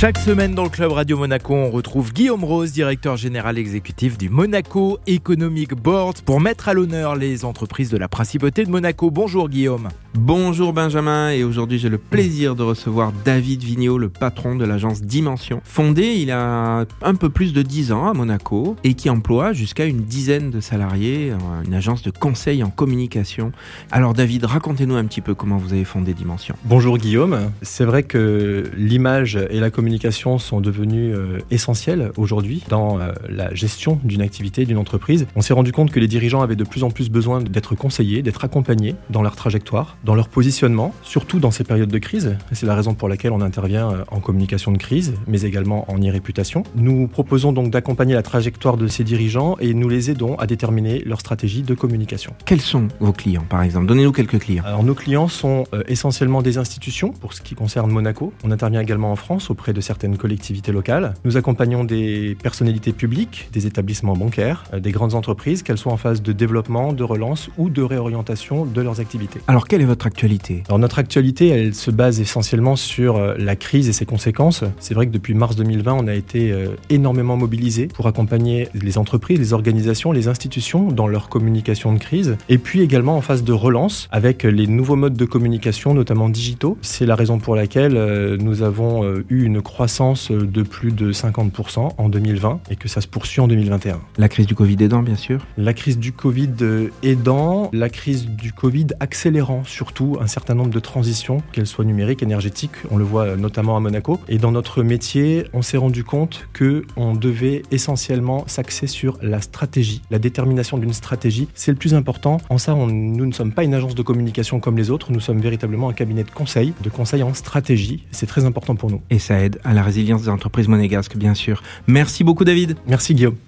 Chaque semaine dans le Club Radio Monaco, on retrouve Guillaume Rose, directeur général exécutif du Monaco Economic Board, pour mettre à l'honneur les entreprises de la principauté de Monaco. Bonjour Guillaume. Bonjour Benjamin, et aujourd'hui j'ai le plaisir de recevoir David Vigneault, le patron de l'agence Dimension, fondée il y a un peu plus de 10 ans à Monaco et qui emploie jusqu'à une dizaine de salariés, une agence de conseil en communication. Alors David, racontez-nous un petit peu comment vous avez fondé Dimension. Bonjour Guillaume, c'est vrai que l'image et la communication sont devenues essentielles aujourd'hui dans la gestion d'une activité, d'une entreprise. On s'est rendu compte que les dirigeants avaient de plus en plus besoin d'être conseillés, d'être accompagnés dans leur trajectoire, dans leur positionnement, surtout dans ces périodes de crise. C'est la raison pour laquelle on intervient en communication de crise, mais également en e-réputation. Nous proposons donc d'accompagner la trajectoire de ces dirigeants et nous les aidons à déterminer leur stratégie de communication. Quels sont vos clients par exemple ? Donnez-nous quelques clients. Alors nos clients sont essentiellement des institutions pour ce qui concerne Monaco. On intervient également en France auprès de certaines collectivités locales. Nous accompagnons des personnalités publiques, des établissements bancaires, des grandes entreprises, qu'elles soient en phase de développement, de relance ou de réorientation de leurs activités. Alors quelle est votre actualité ? Alors notre actualité, elle se base essentiellement sur la crise et ses conséquences. C'est vrai que depuis mars 2020, on a été énormément mobilisés pour accompagner les entreprises, les organisations, les institutions dans leur communication de crise, et puis également en phase de relance avec les nouveaux modes de communication, notamment digitaux. C'est la raison pour laquelle nous avons eu une croissance de plus de 50% en 2020 et que ça se poursuit en 2021. La crise du Covid aidant, bien sûr. La crise du Covid aidant, la crise du Covid accélérant surtout un certain nombre de transitions, qu'elles soient numériques, énergétiques, on le voit notamment à Monaco. Et dans notre métier, on s'est rendu compte qu'on devait essentiellement s'axer sur la stratégie, la détermination d'une stratégie. C'est le plus important. En ça, nous ne sommes pas une agence de communication comme les autres, nous sommes véritablement un cabinet de conseil en stratégie. C'est très important pour nous. Et ça aide à la résilience des entreprises monégasques, bien sûr. Merci beaucoup David. Merci Guillaume.